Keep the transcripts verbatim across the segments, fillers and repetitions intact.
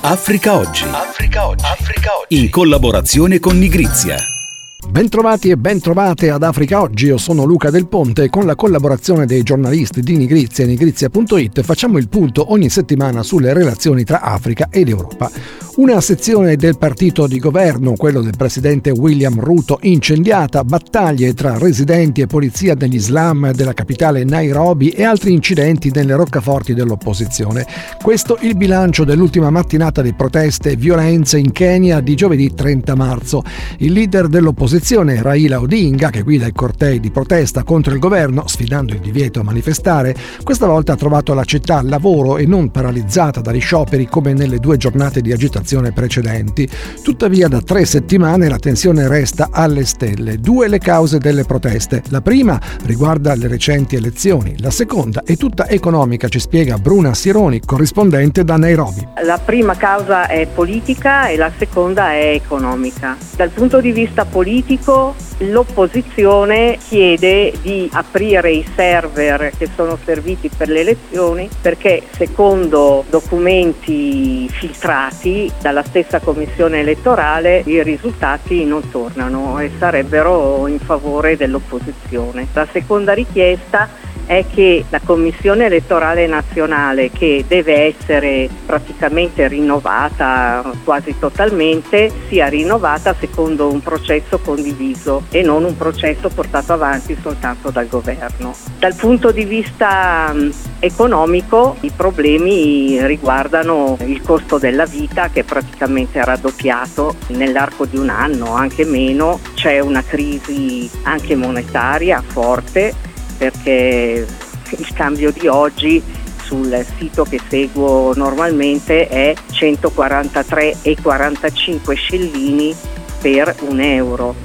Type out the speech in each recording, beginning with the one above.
Africa Oggi. Africa Oggi. Africa Oggi. In collaborazione con Nigrizia. Bentrovati e bentrovate ad Africa Oggi, io sono Luca Del Ponte e con la collaborazione dei giornalisti di Nigrizia e Nigrizia punto it facciamo il punto ogni settimana sulle relazioni tra Africa ed Europa. Una sezione del partito di governo, quello del presidente William Ruto, incendiata, battaglie tra residenti e polizia degli slam della capitale Nairobi e altri incidenti nelle roccaforti dell'opposizione. Questo il bilancio dell'ultima mattinata di proteste e violenze in Kenya di giovedì trenta marzo. Il leader dell'opposizione, Raila Odinga, che guida il corteo di protesta contro il governo, sfidando il divieto a manifestare, questa volta ha trovato la città al lavoro e non paralizzata dagli scioperi come nelle due giornate di agitazione precedenti. Tuttavia da tre settimane la tensione resta alle stelle. Due le cause delle proteste. La prima riguarda le recenti elezioni, la seconda è tutta economica, ci spiega Bruna Sironi, corrispondente da Nairobi. La prima causa è politica e la seconda è economica. Dal punto di vista politico, l'opposizione chiede di aprire i server che sono serviti per le elezioni perché, secondo documenti filtrati dalla stessa commissione elettorale, i risultati non tornano e sarebbero in favore dell'opposizione. La seconda richiesta è che la Commissione elettorale nazionale, che deve essere praticamente rinnovata quasi totalmente, sia rinnovata secondo un processo condiviso e non un processo portato avanti soltanto dal governo. Dal punto di vista economico, i problemi riguardano il costo della vita, che è praticamente raddoppiato nell'arco di un anno, anche meno. C'è una crisi anche monetaria forte, perché il cambio di oggi sul sito che seguo normalmente è centoquarantatré virgola quarantacinque scellini per un euro,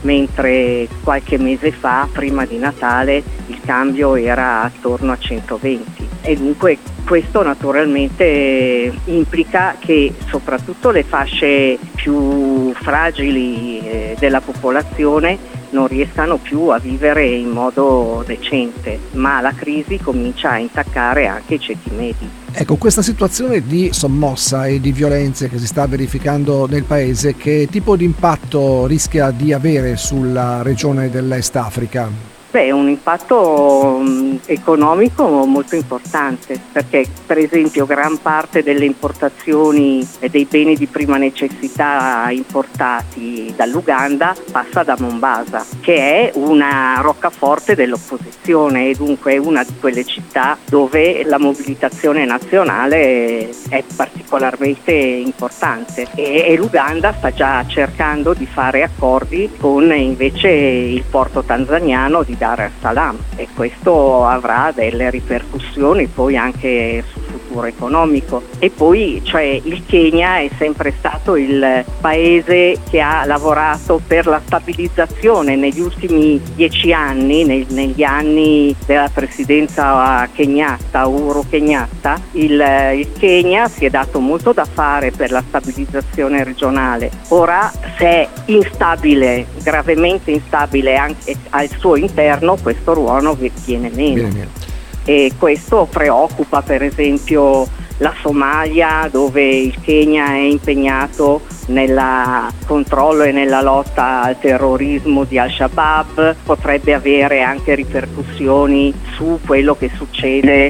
mentre qualche mese fa, prima di Natale, il cambio era attorno a centoventi. E dunque questo naturalmente implica che soprattutto le fasce più fragili eh, della popolazione non riescano più a vivere in modo decente, ma la crisi comincia a intaccare anche i ceti medi. Ecco, questa situazione di sommossa e di violenze che si sta verificando nel paese, che tipo di impatto rischia di avere sulla regione dell'Est Africa? Beh, un impatto um, economico molto importante, perché per esempio gran parte delle importazioni e dei beni di prima necessità importati dall'Uganda passa da Mombasa, che è una roccaforte dell'opposizione e dunque è una di quelle città dove la mobilitazione nazionale è particolarmente importante e, e l'Uganda sta già cercando di fare accordi con invece il porto tanzaniano di Dar es Salaam, e questo avrà delle ripercussioni poi anche sul futuro economico. E poi, cioè, il Kenya è sempre stato il paese che ha lavorato per la stabilizzazione negli ultimi dieci anni, neg- negli anni della presidenza Kenyatta, Uhuru Kenyatta. Il, il Kenya si è dato molto da fare per la stabilizzazione regionale. Ora, se è instabile, gravemente instabile anche al suo interno, questo ruolo viene meno. Viene meno. E questo preoccupa per esempio la Somalia, dove il Kenya è impegnato nel controllo e nella lotta al terrorismo di Al-Shabaab. Potrebbe avere anche ripercussioni su quello che succede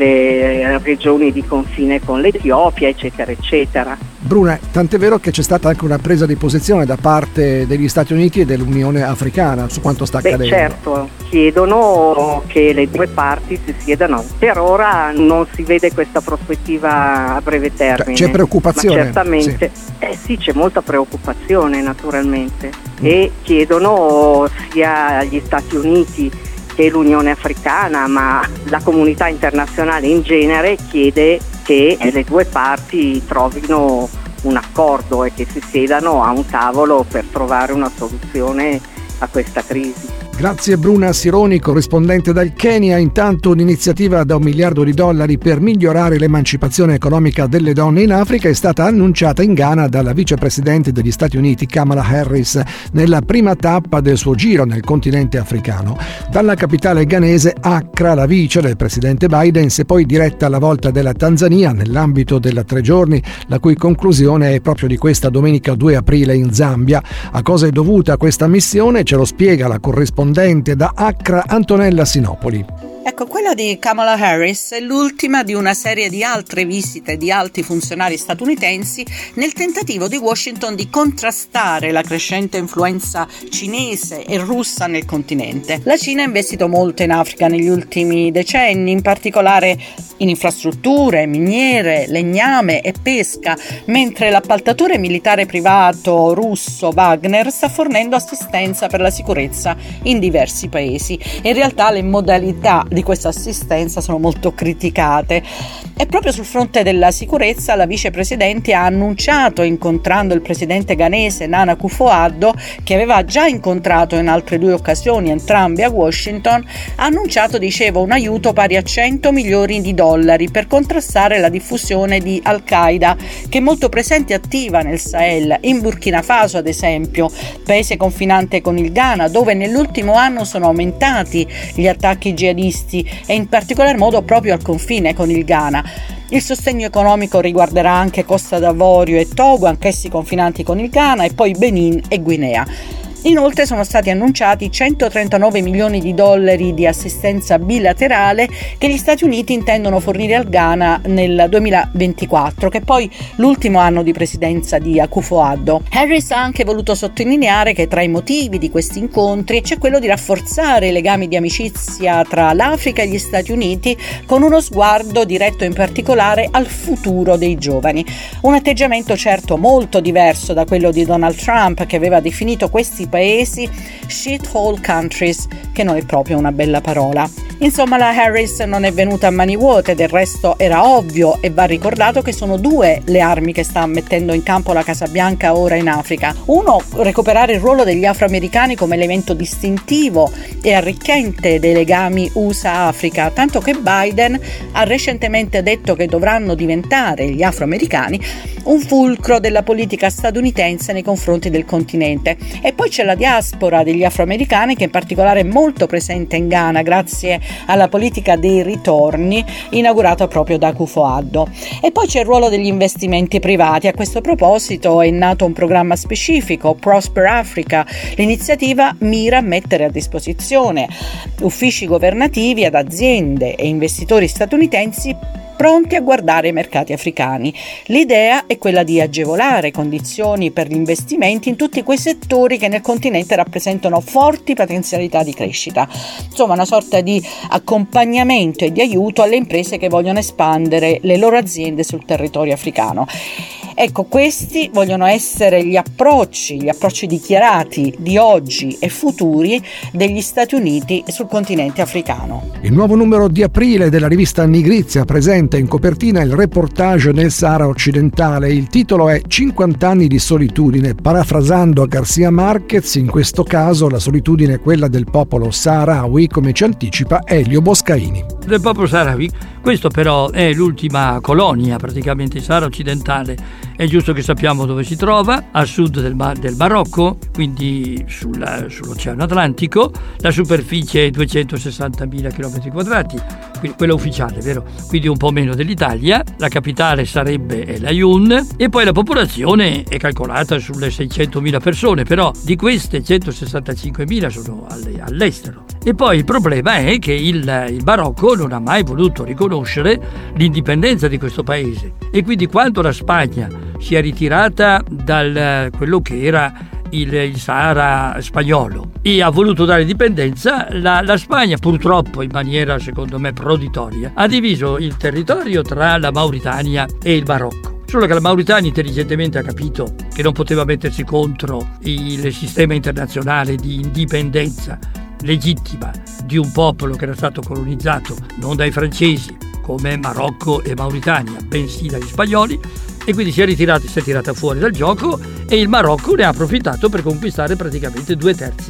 nelle regioni di confine con l'Etiopia, eccetera eccetera. Bruna, tant'è vero che c'è stata anche una presa di posizione da parte degli Stati Uniti e dell'Unione Africana su quanto sta accadendo. Beh, certo, chiedono che le due parti si siedano. Per ora non si vede questa prospettiva a breve termine. Cioè, c'è preoccupazione? Ma certamente, sì. Eh sì, c'è molta preoccupazione naturalmente mm. e chiedono sia agli Stati Uniti che l'Unione Africana, ma la comunità internazionale in genere chiede che le due parti trovino un accordo e che si siedano a un tavolo per trovare una soluzione a questa crisi. Grazie Bruna Sironi, corrispondente dal Kenya. Intanto un'iniziativa da un miliardo di dollari per migliorare l'emancipazione economica delle donne in Africa è stata annunciata in Ghana dalla vicepresidente degli Stati Uniti Kamala Harris nella prima tappa del suo giro nel continente africano. Dalla capitale ghanese Accra, la vice del presidente Biden si è poi diretta alla volta della Tanzania nell'ambito della tre giorni, la cui conclusione è proprio di questa domenica due aprile in Zambia. A cosa è dovuta questa missione ce lo spiega la corrispondente da Accra Antonella Sinopoli. Ecco, quella di Kamala Harris è l'ultima di una serie di altre visite di alti funzionari statunitensi nel tentativo di Washington di contrastare la crescente influenza cinese e russa nel continente. La Cina ha investito molto in Africa negli ultimi decenni, in particolare in infrastrutture, miniere, legname e pesca, mentre l'appaltatore militare privato russo Wagner sta fornendo assistenza per la sicurezza in diversi paesi. In realtà le modalità di questa assistenza sono molto criticate e proprio sul fronte della sicurezza la vicepresidente ha annunciato, incontrando il presidente ghanese Nana Akufo-Addo, che aveva già incontrato in altre due occasioni, entrambi a Washington, ha annunciato, dicevo, un aiuto pari a cento milioni di dollari per contrastare la diffusione di Al-Qaeda, che è molto presente e attiva nel Sahel, in Burkina Faso ad esempio, paese confinante con il Ghana, dove nell'ultimo anno sono aumentati gli attacchi jihadisti e in particolar modo proprio al confine con il Ghana. Il sostegno economico riguarderà anche Costa d'Avorio e Togo, anch'essi confinanti con il Ghana, e poi Benin e Guinea. Inoltre sono stati annunciati centotrentanove milioni di dollari di assistenza bilaterale che gli Stati Uniti intendono fornire al Ghana nel duemilaventiquattro, che è poi l'ultimo anno di presidenza di Akufo-Addo. Harris ha anche voluto sottolineare che tra i motivi di questi incontri c'è quello di rafforzare i legami di amicizia tra l'Africa e gli Stati Uniti, con uno sguardo diretto in particolare al futuro dei giovani. Un atteggiamento certo molto diverso da quello di Donald Trump, che aveva definito questi paesi shithole countries, che non è proprio una bella parola. Insomma, la Harris non è venuta a mani vuote, del resto era ovvio, e va ricordato che sono due le armi che sta mettendo in campo la Casa Bianca ora in Africa. Uno, recuperare il ruolo degli afroamericani come elemento distintivo e arricchente dei legami U S A-Africa, tanto che Biden ha recentemente detto che dovranno diventare gli afroamericani un fulcro della politica statunitense nei confronti del continente. E poi c'è la diaspora degli afroamericani, che in particolare è molto presente in Ghana grazie alla politica dei ritorni inaugurata proprio da Akufo-Addo. E poi c'è il ruolo degli investimenti privati. A questo proposito è nato un programma specifico, Prosper Africa. L'iniziativa mira a mettere a disposizione uffici governativi ad aziende e investitori statunitensi pronti a guardare i mercati africani. L'idea è quella di agevolare condizioni per gli investimenti in tutti quei settori che nel continente rappresentano forti potenzialità di crescita. Insomma, una sorta di accompagnamento e di aiuto alle imprese che vogliono espandere le loro aziende sul territorio africano. Ecco, questi vogliono essere gli approcci, gli approcci dichiarati di oggi e futuri degli Stati Uniti sul continente africano. Il nuovo numero di aprile della rivista Nigrizia presenta in copertina il reportage nel Sahara occidentale. Il titolo è cinquanta anni di solitudine. Parafrasando Garcia Marquez, in questo caso la solitudine è quella del popolo saharawi, come ci anticipa Elio Boscaini. Del popolo saharawi. Questo però è l'ultima colonia, praticamente il Sahara occidentale. È giusto che sappiamo dove si trova, a sud del, Mar- del Marocco, quindi sulla, sull'Oceano Atlantico. La superficie è duecentosessantamila chilometri quadrati, quindi quella ufficiale, vero? Quindi un po' meno dell'Italia. La capitale sarebbe El Aaiún e poi la popolazione è calcolata sulle seicentomila persone, però di queste centosessantacinquemila sono alle, all'estero. E poi il problema è che il, il Marocco non ha mai voluto riconoscere l'indipendenza di questo paese, e quindi quando la Spagna si è ritirata da quello che era il, il Sahara spagnolo e ha voluto dare indipendenza, la, la Spagna, purtroppo in maniera secondo me proditoria, ha diviso il territorio tra la Mauritania e il Marocco. Solo che la Mauritania intelligentemente ha capito che non poteva mettersi contro il sistema internazionale di indipendenza legittima di un popolo che era stato colonizzato non dai francesi come Marocco e Mauritania, bensì dagli spagnoli, e quindi si è ritirata, si è tirata fuori dal gioco, e il Marocco ne ha approfittato per conquistare praticamente due terzi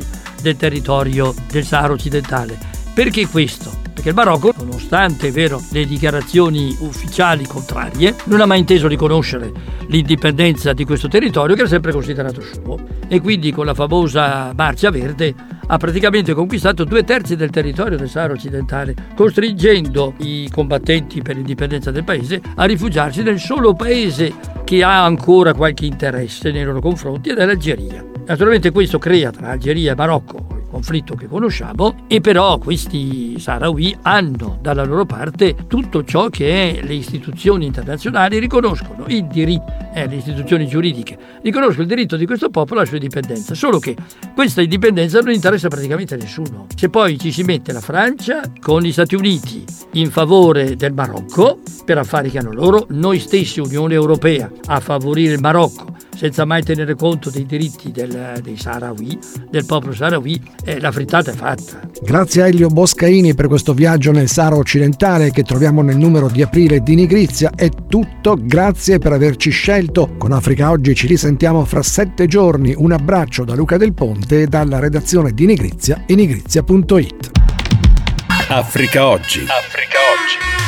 del territorio del Sahara occidentale. Perché questo? Perché il Marocco, nonostante è vero le dichiarazioni ufficiali contrarie, non ha mai inteso riconoscere l'indipendenza di questo territorio, che era sempre considerato suo, e quindi con la famosa Marcia Verde ha praticamente conquistato due terzi del territorio del Sahara occidentale, costringendo i combattenti per l'indipendenza del paese a rifugiarsi nel solo paese che ha ancora qualche interesse nei loro confronti, ed è l'Algeria. Naturalmente questo crea tra Algeria e Marocco conflitto che conosciamo, e però questi saharawi hanno dalla loro parte tutto ciò che le istituzioni internazionali riconoscono, il diritto, eh, le istituzioni giuridiche riconoscono il diritto di questo popolo alla sua indipendenza, solo che questa indipendenza non interessa praticamente a nessuno. Se poi ci si mette la Francia con gli Stati Uniti in favore del Marocco per affari che hanno loro, noi stessi Unione Europea a favorire il Marocco senza mai tenere conto dei diritti del, dei saharawi, del popolo saharawi, eh, la frittata è fatta. Grazie a Elio Boscaini per questo viaggio nel Sahara occidentale che troviamo nel numero di aprile di Nigrizia. È tutto, grazie per averci scelto. Con Africa Oggi ci risentiamo fra sette giorni. Un abbraccio da Luca Del Ponte e dalla redazione di Nigrizia e nigrizia punto it. Africa Oggi. Africa Oggi.